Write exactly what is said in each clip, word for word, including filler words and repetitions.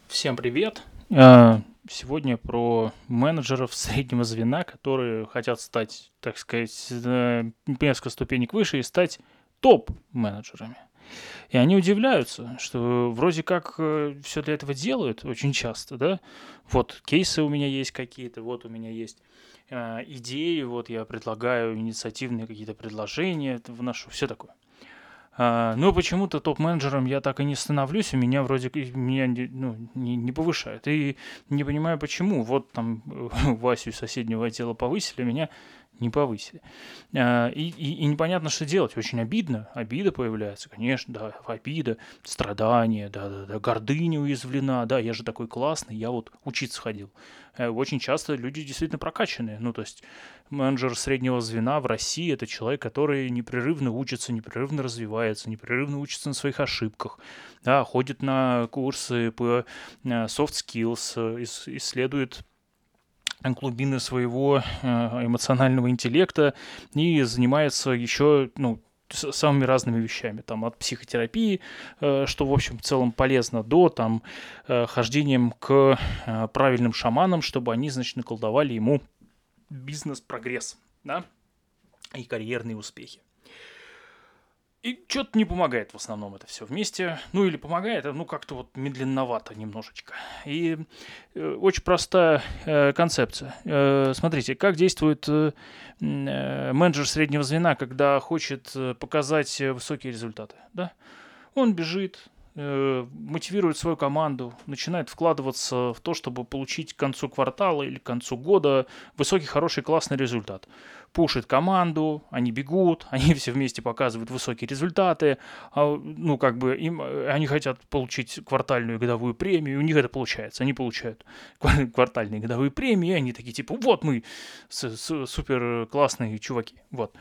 Всем привет! А, Сегодня про менеджеров среднего звена, которые хотят стать, так сказать, э, несколько ступенек выше и стать топ-менеджерами. И они удивляются, что вроде как все для этого делают очень часто, да? Вот кейсы у меня есть какие-то, вот у меня есть а, идеи, вот я предлагаю инициативные какие-то предложения, вношу, все такое. А, но почему-то топ-менеджером я так и не становлюсь, и меня вроде к- меня не, ну, не, не повышают. И не понимаю, почему. Вот там Васю из соседнего отдела повысили, меня не повысили. А, и, и, и непонятно, что делать. Очень обидно. Обида появляется, конечно, да, обида, страдания, да, да, да, гордыня уязвлена, да, я же такой классный, я вот учиться ходил. Э, Очень часто люди действительно прокачанные. Ну, то есть менеджер среднего звена в России – это человек, который непрерывно учится, непрерывно развивается, непрерывно учится на своих ошибках, да, ходит на курсы по э, soft skills, э, ис- исследует глубины своего э, эмоционального интеллекта и занимается еще, ну, с- самыми разными вещами, там, от психотерапии, э, что, в общем, в целом полезно, до, там, э, хождением к э, правильным шаманам, чтобы они, значит, наколдовали ему бизнес-прогресс, да, и карьерные успехи. И что-то не помогает в основном это все вместе. Ну или помогает, а, ну как-то вот медленновато немножечко. И э, очень простая э, концепция. Э, смотрите, как действует э, э, менеджер среднего звена, когда хочет э, показать э, высокие результаты. Да? Он бежит, э, мотивирует свою команду, начинает вкладываться в то, чтобы получить к концу квартала или к концу года высокий, хороший, классный результат. Пушит команду, они бегут, они все вместе показывают высокие результаты, а, ну, как бы им, они хотят получить квартальную и годовую премию, и у них это получается. Они получают квартальные и годовые премии, и они такие, типа, вот мы супер классные чуваки. Вот.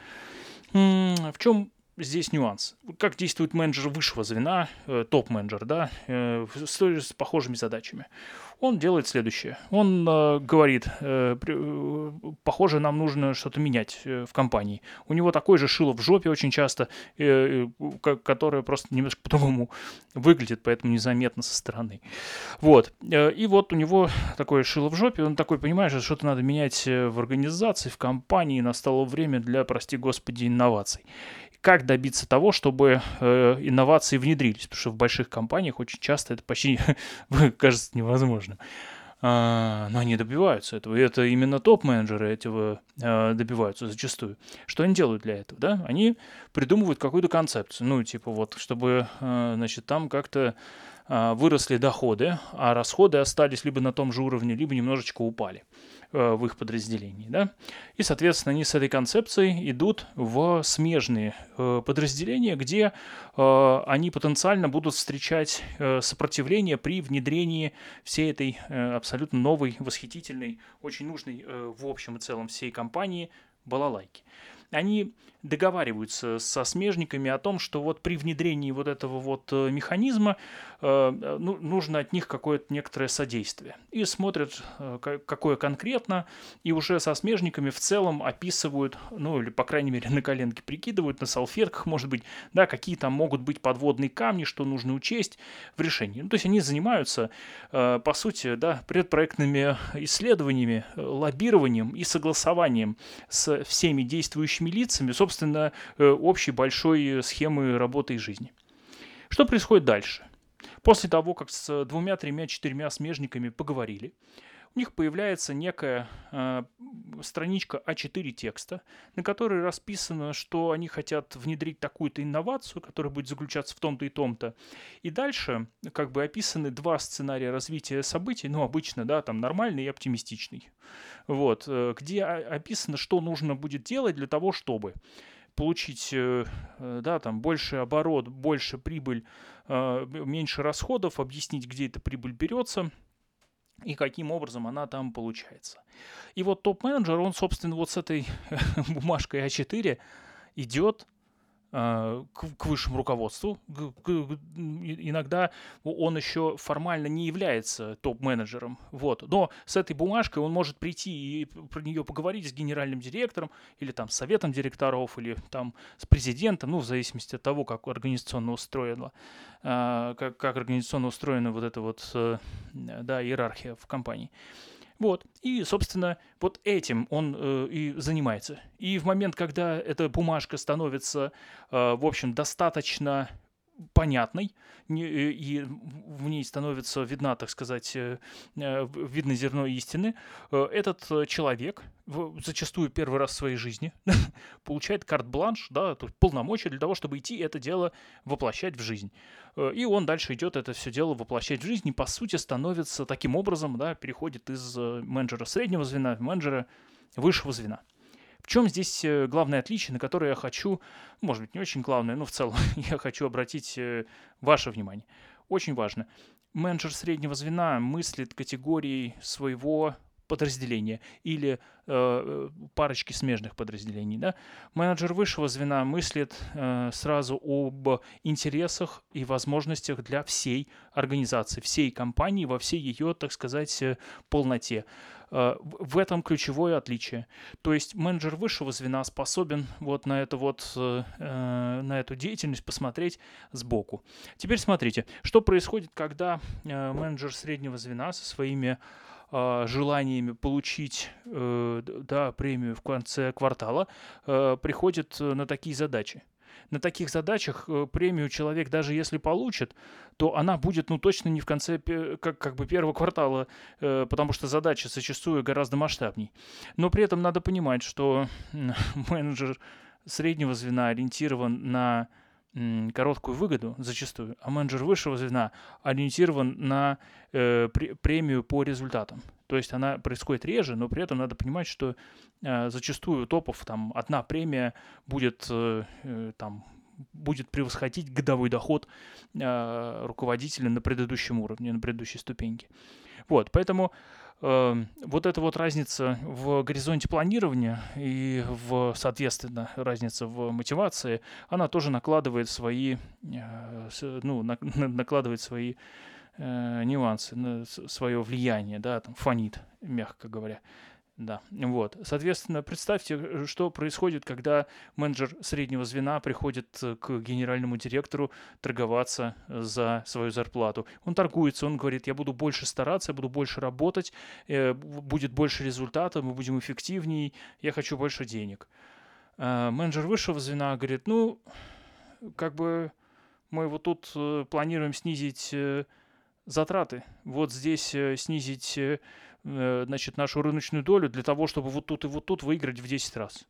В чем здесь нюанс? Как действует менеджер высшего звена, э, топ-менеджер, да, э, с, с похожими задачами? Он делает следующее. Он э, говорит, э, при- э, похоже, нам нужно что-то менять э, в компании. У него такое же шило в жопе очень часто, э, э, ко- которое просто немножко по-другому выглядит, поэтому незаметно со стороны. Вот. Э, И вот у него такое шило в жопе, он такой, понимаешь, что что-то надо менять э, в организации, в компании, настало время для, прости господи, инноваций. Как добиться того, чтобы э, инновации внедрились? Потому что в больших компаниях очень часто это почти кажется невозможным. А, но они добиваются этого. И это именно топ-менеджеры этого э, добиваются зачастую. Что они делают для этого? Да? Они придумывают какую-то концепцию. Ну, типа вот, чтобы э, значит, там как-то э, выросли доходы, а расходы остались либо на том же уровне, либо немножечко упали э, в их подразделении. Да? И, соответственно, они с этой концепцией идут в смежные э, подразделения, где э, они потенциально будут встречать э, сопротивление при внедрении всей этой э, абсолютно новой, восхитительной, очень нужной э, в общем и целом всей компании балалайки. Они договариваются со смежниками о том, что вот при внедрении вот этого вот э, механизма э, ну, нужно от них какое-то некоторое содействие. И смотрят, э, какое конкретно, и уже со смежниками в целом описывают, ну или, по крайней мере, на коленке прикидывают, на салфетках, может быть, да, какие там могут быть подводные камни, что нужно учесть в решении. Ну, то есть они занимаются, э, по сути, да, предпроектными исследованиями, э, лоббированием и согласованием с всеми действующими лицами, собственно, э, общей большой схемы работы и жизни. Что происходит дальше? После того, как с двумя, тремя, четырьмя смежниками поговорили, у них появляется некая э, страничка а четыре текста, на которой расписано, что они хотят внедрить такую-то инновацию, которая будет заключаться в том-то и том-то. И дальше как бы описаны два сценария развития событий, ну, обычно, да, там нормальный и оптимистичный. Вот, э, где описано, что нужно будет делать для того, чтобы получить, э, э, да, там, больше оборот, больше прибыль, э, меньше расходов, объяснить, где эта прибыль берется, и каким образом она там получается. И вот топ-менеджер, он, собственно, вот с этой бумажкой а четыре идет к, к высшему руководству. Иногда он еще формально не является топ-менеджером. Вот. Но с этой бумажкой он может прийти и про нее поговорить с генеральным директором или там с советом директоров, или там с президентом, ну, в зависимости от того, как организационно устроено, как, как организационно устроена вот эта вот, да, иерархия в компании. Вот, и, собственно, вот этим он э, и занимается. И в момент, когда эта бумажка становится, э, в общем, достаточно понятной, не, и в ней становится видна, так сказать, э, видно зерно истины, э, этот человек, в, зачастую первый раз в своей жизни, получает карт-бланш, да, то есть полномочия для того, чтобы идти это дело воплощать в жизнь. И он дальше идет это все дело воплощать в жизнь, и, по сути, становится таким образом, да, переходит из менеджера среднего звена в менеджера высшего звена. В чем здесь главное отличие, на которое я хочу, может быть, не очень главное, но в целом я хочу обратить ваше внимание. Очень важно. Менеджер среднего звена мыслит категорией своего подразделения или э, парочки смежных подразделений. Да? Менеджер высшего звена мыслит э, сразу об интересах и возможностях для всей организации, всей компании, во всей ее, так сказать, полноте. Э, в этом ключевое отличие. То есть менеджер высшего звена способен вот на, это вот, э, на эту деятельность посмотреть сбоку. Теперь смотрите, что происходит, когда э, менеджер среднего звена со своими желаниями получить э, да, премию в конце квартала, э, приходит на такие задачи. На таких задачах э, премию человек, даже если получит, то она будет, ну, точно не в конце как, как бы первого квартала, э, потому что задача зачастую гораздо масштабней. Но при этом надо понимать, что менеджер среднего звена ориентирован на короткую выгоду зачастую, а менеджер высшего звена ориентирован на э, премию по результатам. То есть она происходит реже, но при этом надо понимать, что э, зачастую у топов там одна премия будет, э, там, будет превосходить годовой доход э, руководителя на предыдущем уровне, на предыдущей ступеньке. Вот, поэтому э, вот эта вот разница в горизонте планирования и, в, соответственно, разница в мотивации, она тоже накладывает свои, э, ну, на, накладывает свои э, нюансы, на свое влияние, да, там, фонит, мягко говоря. Да, вот. Соответственно, представьте, что происходит, когда менеджер среднего звена приходит к генеральному директору торговаться за свою зарплату. Он торгуется, он говорит, я буду больше стараться, я буду больше работать, э, будет больше результата, мы будем эффективнее, я хочу больше денег. А менеджер высшего звена говорит, ну, как бы мы вот тут э, планируем снизить э, затраты, вот здесь э, снизить... Э, значит, нашу рыночную долю для того, чтобы вот тут и вот тут выиграть в десять раз.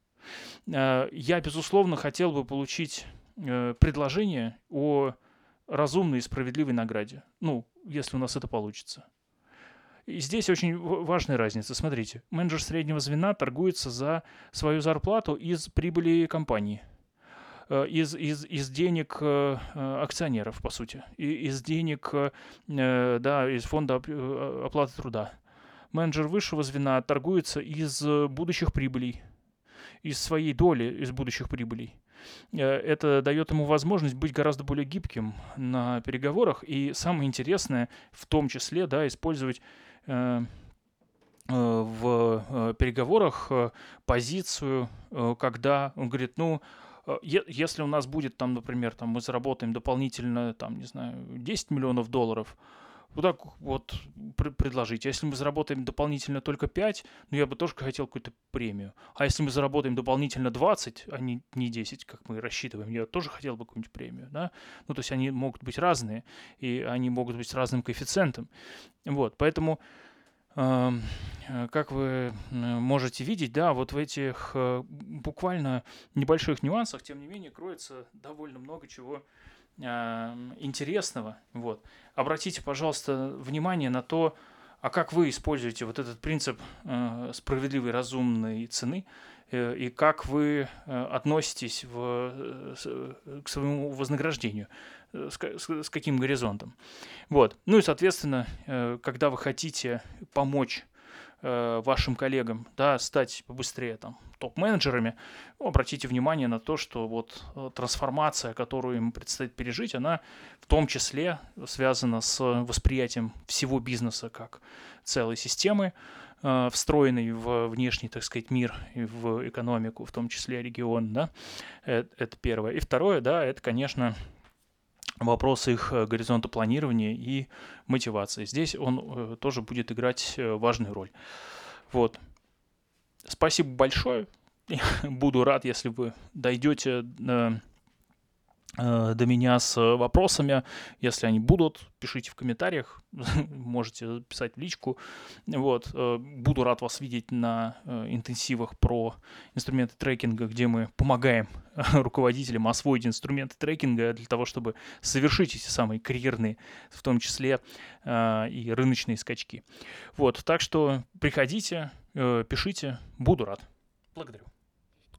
Я, безусловно, хотел бы получить предложение о разумной и справедливой награде. Ну, если у нас это получится. И здесь очень важная разница. Смотрите, менеджер среднего звена торгуется за свою зарплату из прибыли компании. Из, из, из денег э, акционеров, по сути. И, из денег, э, да, из фонда оплаты труда. Менеджер высшего звена торгуется из будущих прибылей, из своей доли из будущих прибылей. Это дает ему возможность быть гораздо более гибким на переговорах и, самое интересное, в том числе, да, использовать э, э, в переговорах позицию, когда он говорит, ну, если у нас будет, там, например, там, мы заработаем дополнительно, там, не знаю, десять миллионов долларов, вот так вот предложить. А если мы заработаем дополнительно только пять, ну я бы тоже хотел какую-то премию. А если мы заработаем дополнительно двадцать, а не, не десять, как мы рассчитываем, я тоже хотел бы какую-нибудь премию. Да? Ну то есть они могут быть разные, и они могут быть с разным коэффициентом. Вот, поэтому, э, как вы можете видеть, да, вот в этих э, буквально небольших нюансах, тем не менее, кроется довольно много чего интересного. Вот. Обратите, пожалуйста, внимание на то, а как вы используете вот этот принцип э, справедливой разумной цены э, и как вы э, относитесь в, э, к своему вознаграждению, э, с, с, с каким горизонтом. Вот. Ну и, соответственно, э, когда вы хотите помочь э, вашим коллегам, да, стать побыстрее там топ-менеджерами, ну, обратите внимание на то, что вот э, трансформация, которую им предстоит пережить, она в том числе связана с восприятием всего бизнеса как целой системы, э, встроенной в внешний, так сказать, мир и в экономику, в том числе регион, да, э, это первое. И второе, да, это, конечно, вопрос их э, горизонта планирования и мотивации. Здесь он э, тоже будет играть э, важную роль. Вот. Спасибо большое. Буду рад, если вы дойдете э, э, до меня с вопросами. Если они будут, пишите в комментариях, можете писать в личку. Вот. э, Буду рад вас видеть на э, интенсивах про инструменты трекинга, где мы помогаем руководителям освоить инструменты трекинга для того, чтобы совершить эти самые карьерные, в том числе э, и рыночные скачки. Вот. Так что приходите, э, пишите, буду рад. Благодарю.